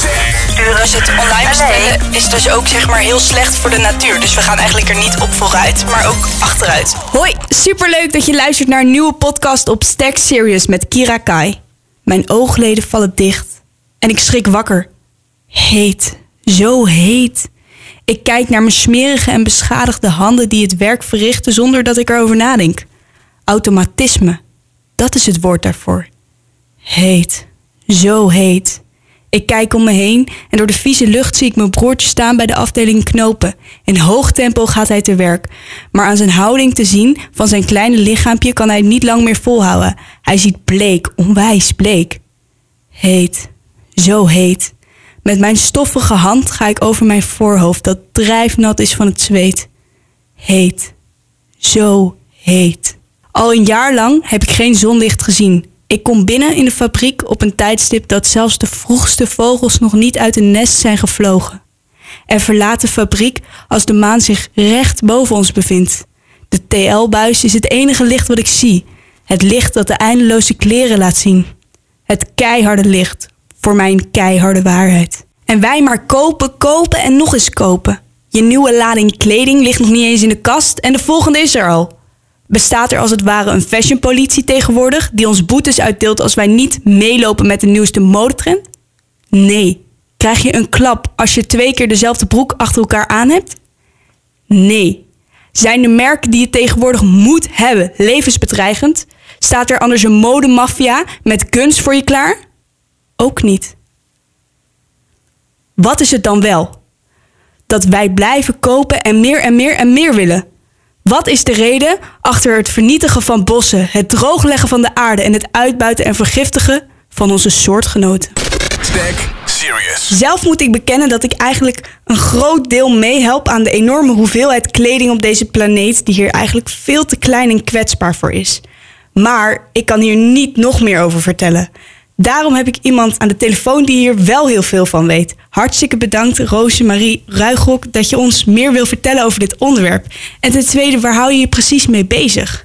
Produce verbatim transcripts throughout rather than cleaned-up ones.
Dus het online bestellen is dus ook zeg maar heel slecht voor de natuur. Dus we gaan eigenlijk er niet op vooruit, maar ook achteruit. Hoi, superleuk dat je luistert naar een nieuwe podcast op Stack Serious met Kira Kai. Mijn oogleden vallen dicht en ik schrik wakker. Heet, zo heet. Ik kijk naar mijn smerige en beschadigde handen die het werk verrichten zonder dat ik erover nadenk. Automatisme, dat is het woord daarvoor. Heet, zo heet. Ik kijk om me heen en door de vieze lucht zie ik mijn broertje staan bij de afdeling knopen. In hoog tempo gaat hij te werk. Maar aan zijn houding te zien van zijn kleine lichaampje kan hij het niet lang meer volhouden. Hij ziet bleek, onwijs bleek. Heet, zo heet. Met mijn stoffige hand ga ik over mijn voorhoofd dat drijfnat is van het zweet. Heet, zo heet. Al een jaar lang heb ik geen zonlicht gezien. Ik kom binnen in de fabriek op een tijdstip dat zelfs de vroegste vogels nog niet uit een nest zijn gevlogen. En verlaat de fabriek als de maan zich recht boven ons bevindt. De T L-buis is het enige licht wat ik zie. Het licht dat de eindeloze kleren laat zien. Het keiharde licht voor mijn keiharde waarheid. En wij maar kopen, kopen en nog eens kopen. Je nieuwe lading kleding ligt nog niet eens in de kast en de volgende is er al. Bestaat er als het ware een fashionpolitie tegenwoordig die ons boetes uitdeelt als wij niet meelopen met de nieuwste modetrend? Nee. Krijg je een klap als je twee keer dezelfde broek achter elkaar aan hebt? Nee. Zijn de merken die je tegenwoordig moet hebben levensbedreigend? Staat er anders een modemafia met guns voor je klaar? Ook niet. Wat is het dan wel? Dat wij blijven kopen en meer en meer en meer willen. Wat is de reden achter het vernietigen van bossen, het droogleggen van de aarde en het uitbuiten en vergiftigen van onze soortgenoten? Stack Serious. Zelf moet ik bekennen dat ik eigenlijk een groot deel meehelp aan de enorme hoeveelheid kleding op deze planeet die hier eigenlijk veel te klein en kwetsbaar voor is. Maar ik kan hier niet nog meer over vertellen. Daarom heb ik iemand aan de telefoon die hier wel heel veel van weet. Hartstikke bedankt, Rosemarie Ruigrok, dat je ons meer wil vertellen over dit onderwerp. En ten tweede, waar hou je je precies mee bezig?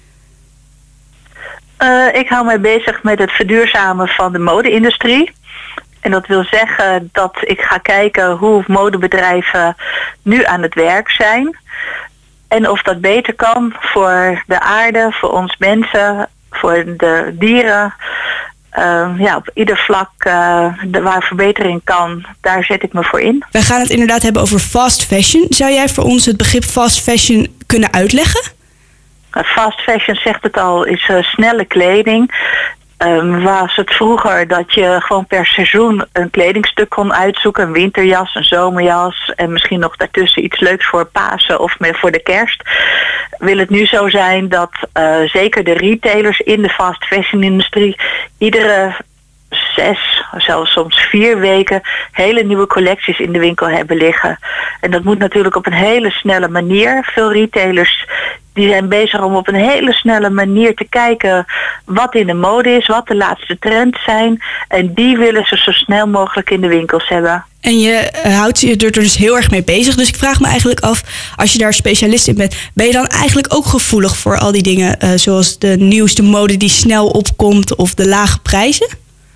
Uh, ik hou mij bezig met het verduurzamen van de mode-industrie. En dat wil zeggen dat ik ga kijken hoe modebedrijven nu aan het werk zijn. En of dat beter kan voor de aarde, voor ons mensen, voor de dieren. Uh, ja, op ieder vlak uh, de, waar verbetering kan, daar zet ik me voor in. Wij gaan het inderdaad hebben over fast fashion. Zou jij voor ons het begrip fast fashion kunnen uitleggen? Uh, fast fashion, zegt het al, is uh, snelle kleding. Um, was het vroeger dat je gewoon per seizoen een kledingstuk kon uitzoeken. Een winterjas, een zomerjas en misschien nog daartussen iets leuks voor Pasen of meer voor de kerst. Wil het nu zo zijn dat uh, zeker de retailers in de fast fashion industrie iedere zes, zelfs soms vier weken hele nieuwe collecties in de winkel hebben liggen. En dat moet natuurlijk op een hele snelle manier. Veel retailers die zijn bezig om op een hele snelle manier te kijken wat in de mode is, wat de laatste trends zijn. En die willen ze zo snel mogelijk in de winkels hebben. En je uh, houdt je er dus heel erg mee bezig. Dus ik vraag me eigenlijk af, als je daar specialist in bent, ben je dan eigenlijk ook gevoelig voor al die dingen, uh, zoals de nieuwste mode die snel opkomt of de lage prijzen?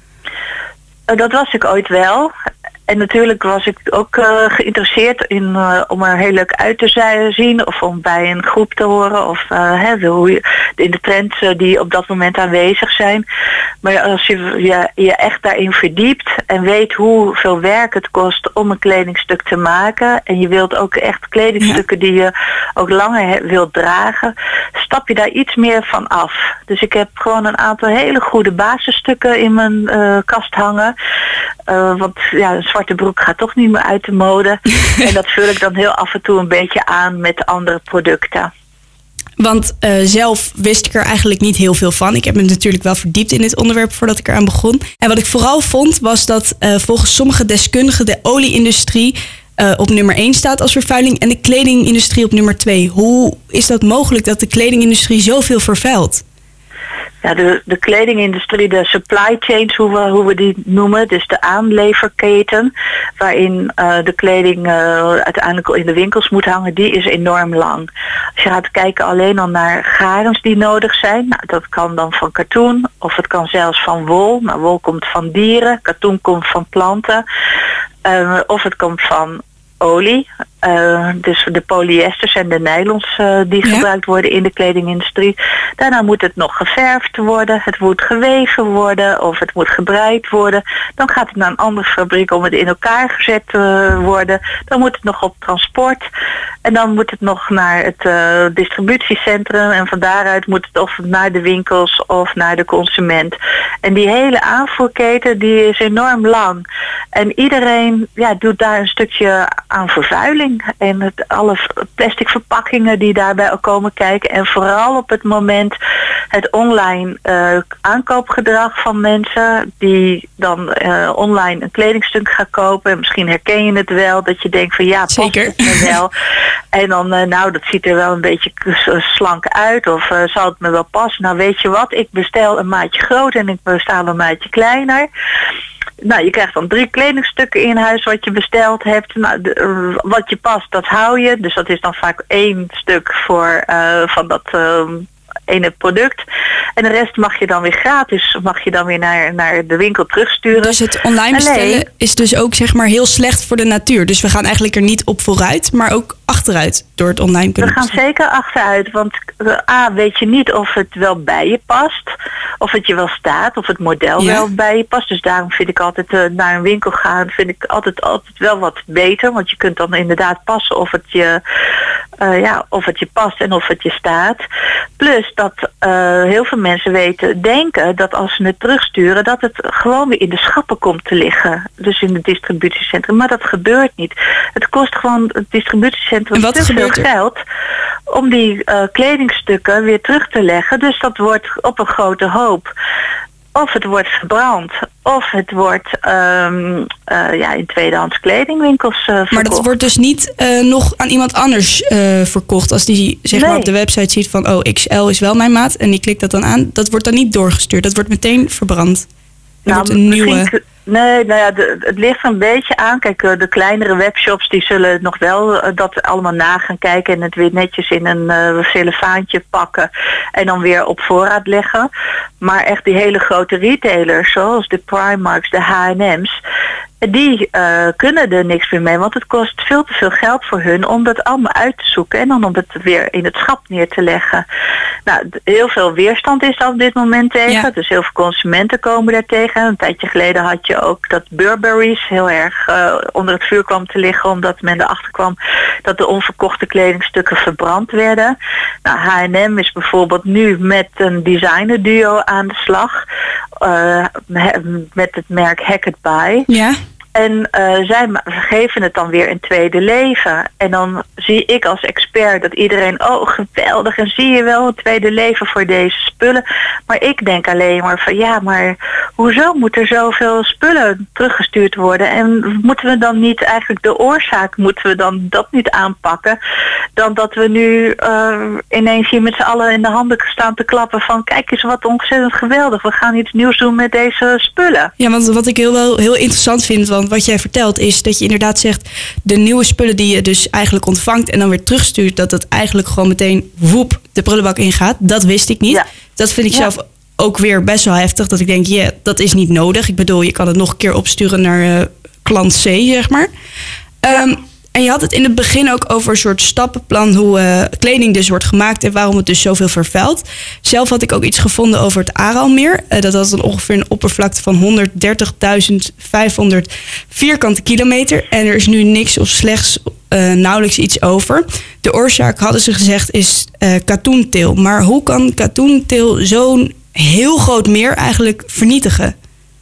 Uh, dat was ik ooit wel. En natuurlijk was ik ook uh, geïnteresseerd in uh, om er heel leuk uit te zien of om bij een groep te horen of uh, hè, hoe je, in de trends uh, die op dat moment aanwezig zijn. Maar als je, je je echt daarin verdiept en weet hoeveel werk het kost om een kledingstuk te maken en je wilt ook echt kledingstukken die je ook langer he, wilt dragen, stap je daar iets meer van af. Dus ik heb gewoon een aantal hele goede basisstukken in mijn uh, kast hangen. Uh, want ja, een zwarte broek gaat toch niet meer uit de mode. En dat vul ik dan heel af en toe een beetje aan met andere producten. Want uh, zelf wist ik er eigenlijk niet heel veel van. Ik heb me natuurlijk wel verdiept in dit onderwerp voordat ik eraan begon. En wat ik vooral vond was dat uh, volgens sommige deskundigen de olieindustrie uh, op nummer één staat als vervuiling en de kledingindustrie op nummer twee. Hoe is dat mogelijk dat de kledingindustrie zoveel vervuilt? Ja, de, de kledingindustrie, de supply chains, hoe we, hoe we die noemen, dus de aanleverketen, waarin uh, de kleding uh, uiteindelijk in de winkels moet hangen, die is enorm lang. Als je gaat kijken alleen al naar garens die nodig zijn, nou, dat kan dan van katoen, of het kan zelfs van wol. Nou, wol komt van dieren, katoen komt van planten, uh, of het komt van olie. Uh, dus de polyesters en de nylons uh, die ja. gebruikt worden in de kledingindustrie. Daarna moet het nog geverfd worden, het moet geweven worden of het moet gebreid worden. Dan gaat het naar een andere fabriek om het in elkaar gezet te uh, worden. Dan moet het nog op transport en dan moet het nog naar het uh, distributiecentrum en van daaruit moet het of naar de winkels of naar de consument. En die hele aanvoerketen die is enorm lang. En iedereen ja, doet daar een stukje aan vervuiling. En het, alle plastic verpakkingen die daarbij ook komen kijken. En vooral op het moment het online uh, aankoopgedrag van mensen die dan uh, online een kledingstuk gaan kopen. En misschien herken je het wel, dat je denkt van ja, past Zeker. Het me wel. En dan, uh, nou, dat ziet er wel een beetje slank uit. Of uh, zal het me wel passen? Nou, weet je wat, ik bestel een maatje groot en ik bestel een maatje kleiner. Nou, je krijgt dan drie kledingstukken in huis wat je besteld hebt. Nou, de, uh, wat je past, dat hou je. Dus dat is dan vaak één stuk voor uh, van dat uh, ene product. En de rest mag je dan weer gratis, mag je dan weer naar, naar de winkel terugsturen. Dus het online bestellen Alleen, is dus ook zeg maar heel slecht voor de natuur. Dus we gaan eigenlijk er niet op vooruit, maar ook achteruit door het online kunnen we gaan bestellen. zeker achteruit, want uh, A, weet je niet of het wel bij je past. Of het je wel staat, of het model Ja. wel bij je past. Dus daarom vind ik altijd uh, naar een winkel gaan, vind ik altijd, altijd wel wat beter. Want je kunt dan inderdaad passen of het je, uh, ja, of het je past en of het je staat. Plus dat uh, heel veel mensen weten, denken dat als ze het terugsturen, dat het gewoon weer in de schappen komt te liggen. Dus in het distributiecentrum. Maar dat gebeurt niet. Het kost gewoon het distributiecentrum En wat te veel gebeurt er? geld om die uh, kledingstukken weer terug te leggen. Dus dat wordt op een grote hoop. Of het wordt verbrand, of het wordt um, uh, ja, in tweedehands kledingwinkels uh, verkocht. Maar dat wordt dus niet uh, nog aan iemand anders uh, verkocht. Als die zeg Nee. maar op de website ziet van oh, X L is wel mijn maat. En die klikt dat dan aan. Dat wordt dan niet doorgestuurd. Dat wordt meteen verbrand. Er wordt een misschien nieuwe... kun- Nee, nou ja, de, het ligt er een beetje aan. Kijk, uh, de kleinere webshops die zullen nog wel uh, dat allemaal na gaan kijken en het weer netjes in een uh, cellofaantje pakken en dan weer op voorraad leggen. Maar echt die hele grote retailers, zoals de Primarks, de H en M's, die uh, kunnen er niks meer mee, want het kost veel te veel geld voor hun om dat allemaal uit te zoeken en dan om het weer in het schap neer te leggen. Nou, d- heel veel weerstand is er op dit moment tegen, Ja. dus heel veel consumenten komen daar tegen. Een tijdje geleden had je ook dat Burberry's heel erg uh, onder het vuur kwam te liggen, omdat men erachter kwam dat de onverkochte kledingstukken verbrand werden. Nou, H en M is bijvoorbeeld nu met een designerduo aan de slag, uh, met het merk Hackett By. Ja. En uh, zij ma- geven het dan weer een tweede leven. En dan zie ik als expert dat iedereen, oh geweldig, en zie je wel een tweede leven voor deze spullen. Maar ik denk alleen maar van ja, maar hoezo moet er zoveel spullen teruggestuurd worden? En moeten we dan niet eigenlijk de oorzaak, moeten we dan dat niet aanpakken? Dan dat we nu uh, ineens hier met z'n allen in de handen staan te klappen van kijk eens wat ontzettend geweldig. We gaan iets nieuws doen met deze spullen. Ja, want wat ik heel, wel heel interessant vind, want wat jij vertelt is dat je inderdaad zegt, de nieuwe spullen die je dus eigenlijk ontvangt en dan weer terugstuurt, dat dat eigenlijk gewoon meteen woep de prullenbak ingaat. Dat wist ik niet. Ja. Dat vind ik Ja. zelf ook weer best wel heftig, dat ik denk, ja, yeah, dat is niet nodig. Ik bedoel, je kan het nog een keer opsturen naar uh, klant C, zeg maar. Um, En je had het in het begin ook over een soort stappenplan hoe uh, kleding dus wordt gemaakt en waarom het dus zoveel vervuilt. Zelf had ik ook iets gevonden over het Aralmeer. Uh, dat had dan ongeveer een oppervlakte van honderddertigduizend vijfhonderd vierkante kilometer. En er is nu niks of slechts uh, nauwelijks iets over. De oorzaak, hadden ze gezegd, is uh, katoenteel. Maar hoe kan katoenteel zo'n heel groot meer eigenlijk vernietigen?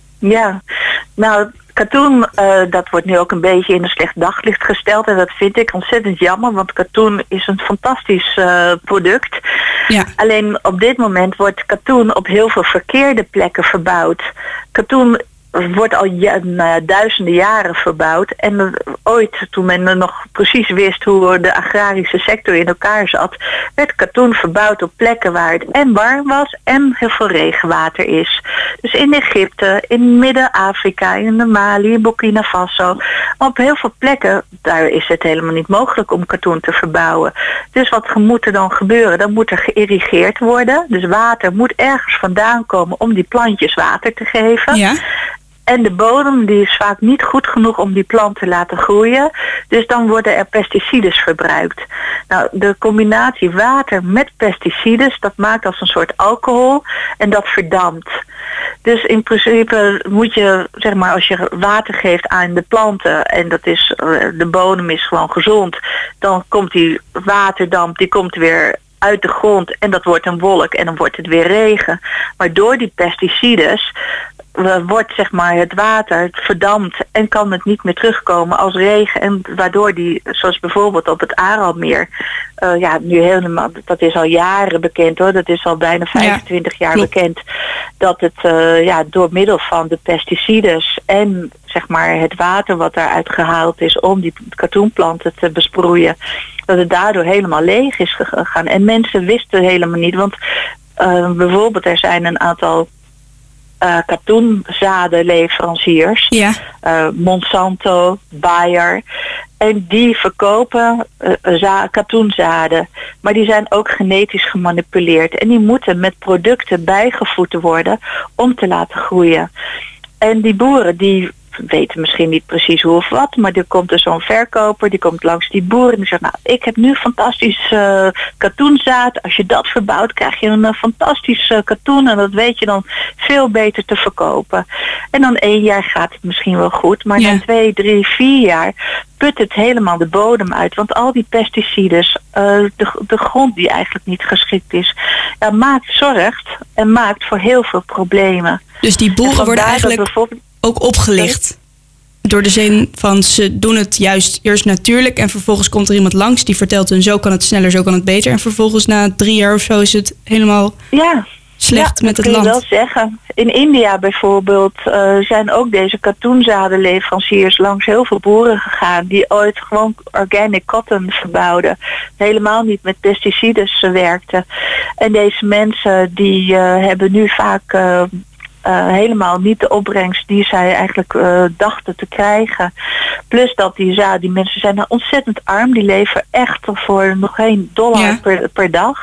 Ja, nou, katoen, uh, dat wordt nu ook een beetje in een slecht daglicht gesteld. En dat vind ik ontzettend jammer, want katoen is een fantastisch uh, product. Ja. Alleen op dit moment wordt katoen op heel veel verkeerde plekken verbouwd. Katoen wordt al ja, nou, duizenden jaren verbouwd. En uh, ooit, toen men nog precies wist hoe de agrarische sector in elkaar zat, werd katoen verbouwd op plekken waar het en warm was en heel veel regenwater is. Dus in Egypte, in Midden-Afrika, in de Mali, in Burkina Faso. Op heel veel plekken, daar is het helemaal niet mogelijk om katoen te verbouwen. Dus wat moet er dan gebeuren? Dan moet er geïrrigeerd worden. Dus water moet ergens vandaan komen om die plantjes water te geven. Ja. En de bodem die is vaak niet goed genoeg om die plant te laten groeien. Dus dan worden er pesticides verbruikt. Nou, de combinatie water met pesticides, dat maakt als een soort alcohol en dat verdampt. Dus in principe moet je, zeg maar, als je water geeft aan de planten en dat is, de bodem is gewoon gezond, dan komt die waterdamp, die komt weer uit de grond en dat wordt een wolk en dan wordt het weer regen. Maar door die pesticides wordt, zeg maar, het water verdampt en kan het niet meer terugkomen als regen. En waardoor die, zoals bijvoorbeeld op het Aralmeer, uh, ja, nu helemaal, dat is al jaren bekend hoor, dat is al bijna vijfentwintig ja, jaar klopt. bekend, dat het uh, ja, door middel van de pesticides en, zeg maar, het water wat daaruit gehaald is om die katoenplanten te besproeien, dat het daardoor helemaal leeg is gegaan. En mensen wisten helemaal niet, want uh, bijvoorbeeld er zijn een aantal Uh, katoenzadenleveranciers, ja. uh, Monsanto, Bayer, en die verkopen uh, za- katoenzaden, maar die zijn ook genetisch gemanipuleerd en die moeten met producten bijgevoed worden om te laten groeien. En die boeren die weten misschien niet precies hoe of wat, maar er komt er zo'n verkoper, die komt langs die boer en die zegt, nou, ik heb nu fantastisch uh, katoenzaad. Als je dat verbouwt, krijg je een uh, fantastisch uh, katoen en dat weet je dan veel beter te verkopen. En dan één jaar gaat het misschien wel goed, maar ja. na twee, drie, vier jaar put het helemaal de bodem uit. Want al die pesticides, uh, de, de grond die eigenlijk niet geschikt is, ja, maakt, zorgt en maakt voor heel veel problemen. Dus die boeren worden eigenlijk ook opgelicht. Door de zin van, ze doen het juist eerst natuurlijk en vervolgens komt er iemand langs die vertelt hun, zo kan het sneller, zo kan het beter. En vervolgens na drie jaar of zo is het helemaal ja. slecht ja, met het land. Ja, dat kun je wel zeggen. In India bijvoorbeeld uh, zijn ook deze katoenzadenleveranciers langs heel veel boeren gegaan die ooit gewoon organic cotton verbouwden. Helemaal niet met pesticides uh, werkten. En deze mensen die uh, hebben nu vaak Uh, Uh, helemaal niet de opbrengst die zij eigenlijk uh, dachten te krijgen. Plus dat die zaden, die mensen zijn ontzettend arm. Die leven echt voor nog geen dollar ja. per, per dag.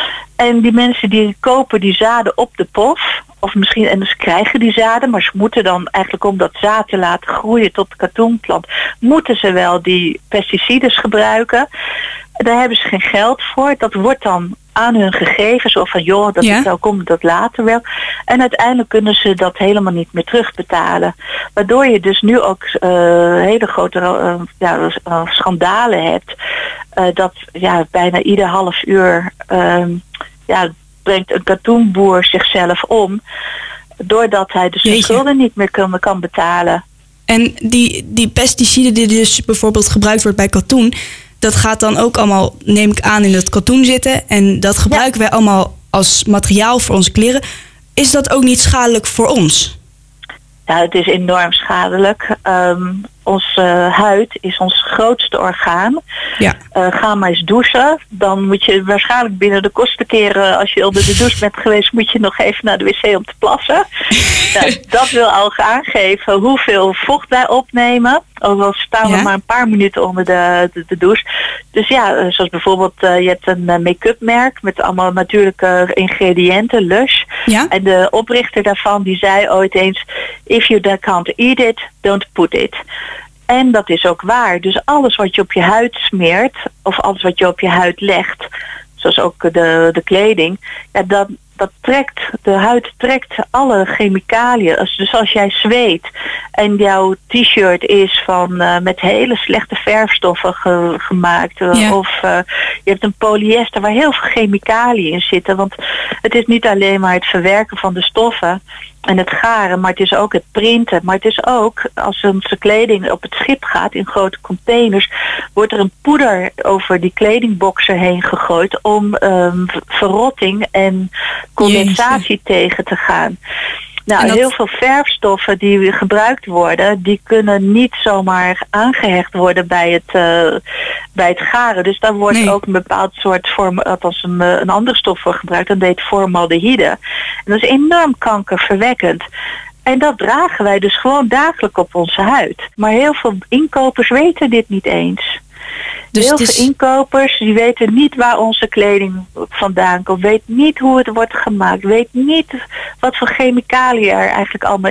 En die mensen die kopen die zaden op de pof. Of misschien, en ze krijgen die zaden, maar ze moeten dan eigenlijk om dat zaad te laten groeien tot de katoenplant, moeten ze wel die pesticides gebruiken. Daar hebben ze geen geld voor. Dat wordt dan aan hun gegeven, zo van joh, dat ja. zo komt dat later wel. En uiteindelijk kunnen ze dat helemaal niet meer terugbetalen. Waardoor je dus nu ook uh, hele grote uh, ja, uh, schandalen hebt. Uh, dat ja, bijna ieder half uur uh, ja, brengt een katoenboer zichzelf om. Doordat hij dus zijn schulden niet meer kan, kan betalen. En die, die pesticiden die dus bijvoorbeeld gebruikt wordt bij katoen, dat gaat dan ook allemaal, neem ik aan, in het katoen zitten. En dat gebruiken ja. wij allemaal als materiaal voor onze kleren. Is dat ook niet schadelijk voor ons? Ja, het is enorm schadelijk. Um, onze uh, huid is ons grootste orgaan. Ja. Uh, ga maar eens douchen. Dan moet je waarschijnlijk binnen de kortste keren, als je onder de douche bent geweest, moet je nog even naar de wc om te plassen. Nou, dat wil al aangeven hoeveel vocht wij opnemen. Ook al staan we ja. maar een paar minuten onder de, de, de douche. Dus ja, zoals bijvoorbeeld, uh, je hebt een uh, make-up merk met allemaal natuurlijke ingrediënten, Lush. Ja. En de oprichter daarvan, die zei ooit eens, if you can't eat it, don't put it. En dat is ook waar. Dus alles wat je op je huid smeert, of alles wat je op je huid legt, zoals ook de, de kleding, ja, dat, dat trekt, de huid trekt alle chemicaliën. Dus als jij zweet en jouw t-shirt is van uh, met hele slechte verfstoffen ge, gemaakt, uh, ja. of uh, je hebt een polyester waar heel veel chemicaliën in zitten, want het is niet alleen maar het verwerken van de stoffen en het garen, maar het is ook het printen. Maar het is ook, als onze kleding op het schip gaat in grote containers, wordt er een poeder over die kledingboxen heen gegooid om um, verrotting en condensatie Jeetje. tegen te gaan. Nou, dat... heel veel verfstoffen die gebruikt worden, die kunnen niet zomaar aangehecht worden bij het, uh, bij het garen. Dus daar wordt nee. ook een bepaald soort vorm, althans een, een andere stof voor gebruikt. Dat heet formaldehyde. En dat is enorm kankerverwekkend. En dat dragen wij dus gewoon dagelijks op onze huid. Maar heel veel inkopers weten dit niet eens. Dus heel is... veel inkopers die weten niet waar onze kleding vandaan komt. Weet niet hoe het wordt gemaakt. Weet niet wat voor chemicaliën er eigenlijk allemaal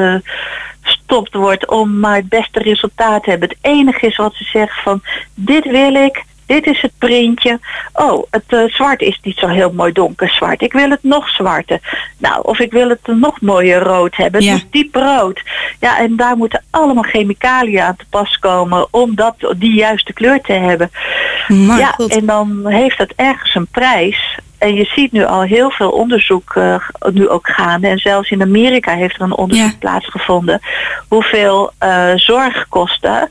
ingestopt wordt om maar het beste resultaat te hebben. Het enige is wat ze zeggen van dit wil ik. Dit is het printje. Oh, het uh, zwart is niet zo heel mooi donker zwart. Ik wil het nog zwarter. Nou, of ik wil het nog mooier rood hebben. Ja. Het is diep rood. Ja, en daar moeten allemaal chemicaliën aan te pas komen om dat, die juiste kleur te hebben. Maar ja, goed. En dan heeft dat ergens een prijs. En je ziet nu al heel veel onderzoek uh, nu ook gaande. En zelfs in Amerika heeft er een onderzoek ja. plaatsgevonden. Hoeveel uh, zorgkosten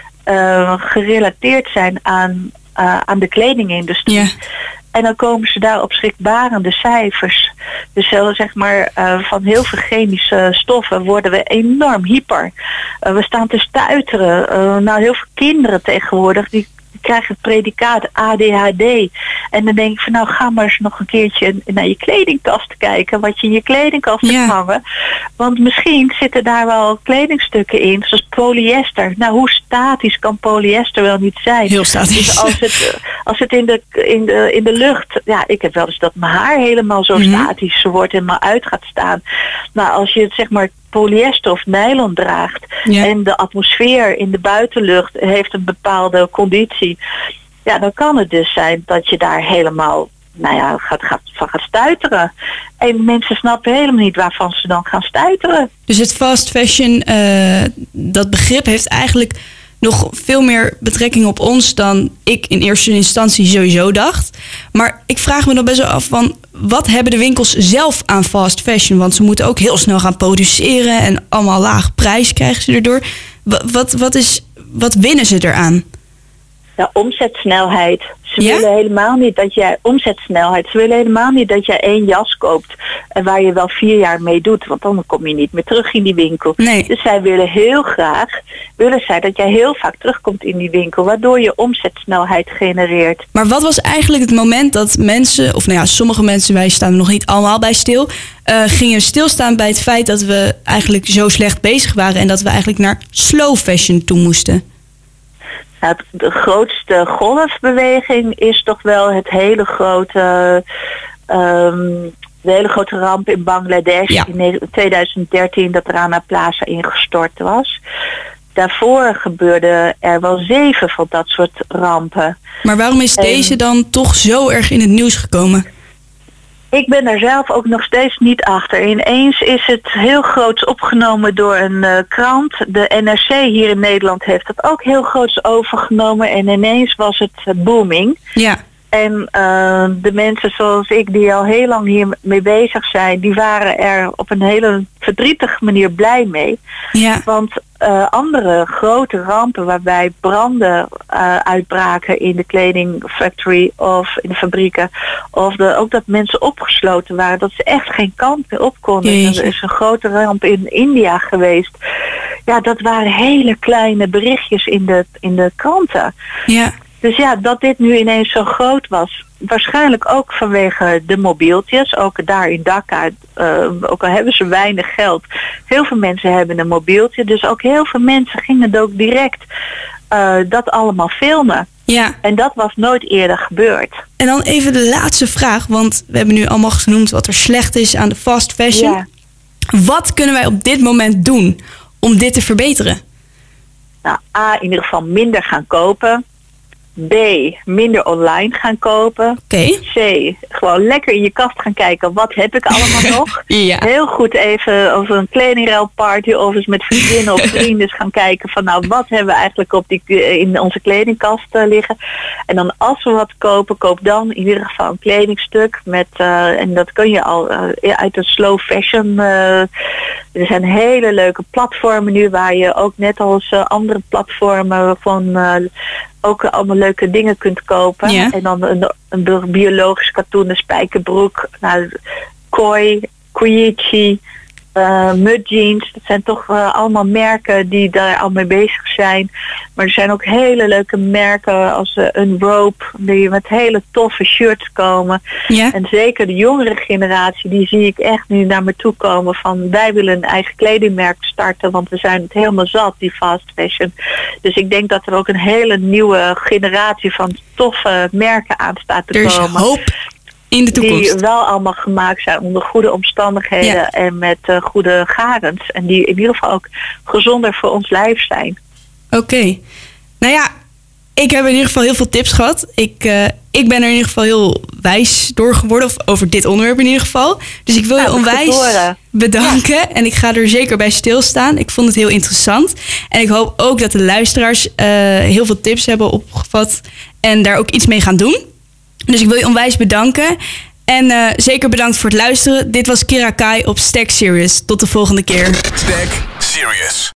uh, gerelateerd zijn aan Uh, aan de kledingindustrie. Yeah. En dan komen ze daar op schrikbarende cijfers. Dus uh, zeg maar uh, van heel veel chemische stoffen worden we enorm hyper. Uh, we staan te stuiteren. Uh, nou, heel veel kinderen tegenwoordig die krijgen het predicaat A D H D. En dan denk ik van nou ga maar eens nog een keertje naar je kledingkast kijken. Wat je in je kledingkast hebt yeah. hangen. Want misschien zitten daar wel kledingstukken in. Zoals polyester. Nou hoe statisch kan polyester wel niet zijn? Heel statisch. Dus als het, als het in, de, in, de, in de lucht. Ja, ik heb wel eens dat mijn haar helemaal zo mm-hmm. statisch wordt en maar uit gaat staan. Nou als je het zeg maar polyester of nylon draagt ja. en de atmosfeer in de buitenlucht heeft een bepaalde conditie, ja, dan kan het dus zijn dat je daar helemaal, nou ja, gaat, gaat, van gaat stuiteren. En mensen snappen helemaal niet waarvan ze dan gaan stuiteren. Dus het fast fashion, uh, dat begrip heeft eigenlijk nog veel meer betrekking op ons dan ik in eerste instantie sowieso dacht. Maar ik vraag me dan best wel af van wat hebben de winkels zelf aan fast fashion? Want ze moeten ook heel snel gaan produceren en allemaal laag prijs krijgen ze erdoor. Wat, wat, wat, is, wat winnen ze eraan? Ja, omzetsnelheid. Ze ja? willen helemaal niet dat jij omzetsnelheid. Ze willen helemaal niet dat jij één jas koopt en waar je wel vier jaar mee doet, want dan kom je niet meer terug in die winkel. Nee. Dus zij willen heel graag, willen zij dat jij heel vaak terugkomt in die winkel, waardoor je omzetsnelheid genereert. Maar wat was eigenlijk het moment dat mensen, of nou ja, sommige mensen, wij staan er nog niet allemaal bij stil, uh, gingen stilstaan bij het feit dat we eigenlijk zo slecht bezig waren en dat we eigenlijk naar slow fashion toe moesten? De grootste golfbeweging is toch wel het hele grote, um, de hele grote ramp in Bangladesh ja. in twintig dertien dat Rana Plaza ingestort was. Daarvoor gebeurde er wel zeven van dat soort rampen. Maar waarom is en, deze dan toch zo erg in het nieuws gekomen? Ik ben er zelf ook nog steeds niet achter. Ineens is het heel groots opgenomen door een uh, krant. De N R C hier in Nederland heeft het ook heel groots overgenomen. En ineens was het uh, booming. Ja. En uh, de mensen zoals ik die al heel lang hiermee bezig zijn, die waren er op een hele verdrietige manier blij mee. Ja. Want uh, andere grote rampen waarbij branden uh, uitbraken in de kledingfactory of in de fabrieken, of de, ook dat mensen opgesloten waren, dat ze echt geen kant meer op konden. Jeetje. Er is een grote ramp in India geweest. Ja, dat waren hele kleine berichtjes in de, in de kranten. Ja. Dus ja, dat dit nu ineens zo groot was, waarschijnlijk ook vanwege de mobieltjes, ook daar in Dhaka, uh, ook al hebben ze weinig geld, heel veel mensen hebben een mobieltje, dus ook heel veel mensen gingen ook direct uh, dat allemaal filmen. Ja. En dat was nooit eerder gebeurd. En dan even de laatste vraag, want we hebben nu allemaal genoemd wat er slecht is aan de fast fashion. Ja. Wat kunnen wij op dit moment doen om dit te verbeteren? Nou, A, in ieder geval minder gaan kopen. B, minder online gaan kopen. Okay. C, gewoon lekker in je kast gaan kijken. Wat heb ik allemaal nog? Ja. Heel goed even over een kledingruilparty of eens met vriendinnen of vrienden gaan kijken van nou wat hebben we eigenlijk op die, in onze kledingkast uh, liggen. En dan als we wat kopen, koop dan in ieder geval een kledingstuk met uh, en dat kun je al uh, uit de slow fashion. Uh, er zijn hele leuke platformen nu waar je ook net als uh, andere platformen van uh, ook allemaal leuke dingen kunt kopen. Ja. En dan een, een biologisch katoenen spijkerbroek. Nou, Koi, Koichi, uh, Mud Jeans. Dat zijn toch uh, allemaal merken die daar al mee bezig zijn. Maar er zijn ook hele leuke merken als uh, Unrope, die met hele toffe shirts komen. Ja. En zeker de jongere generatie, die zie ik echt nu naar me toe komen van wij willen een eigen kledingmerk starten, want we zijn het helemaal zat, die fast fashion. Dus ik denk dat er ook een hele nieuwe generatie van toffe merken aan staat te er is komen. hoop in de toekomst. Die wel allemaal gemaakt zijn onder goede omstandigheden Ja. en met uh, goede garens. En die in ieder geval ook gezonder voor ons lijf zijn. Oké. Okay. Nou ja, ik heb in ieder geval heel veel tips gehad. Ik, uh, ik ben er in ieder geval heel wijs door geworden. Of over dit onderwerp in ieder geval. Dus ik wil nou, je onwijs bedanken. Ja. En ik ga er zeker bij stilstaan. Ik vond het heel interessant. En ik hoop ook dat de luisteraars uh, heel veel tips hebben opgevat. En daar ook iets mee gaan doen. Dus ik wil je onwijs bedanken. En uh, zeker bedankt voor het luisteren. Dit was Kira Kai op Stack Serious. Tot de volgende keer. Stack Serious.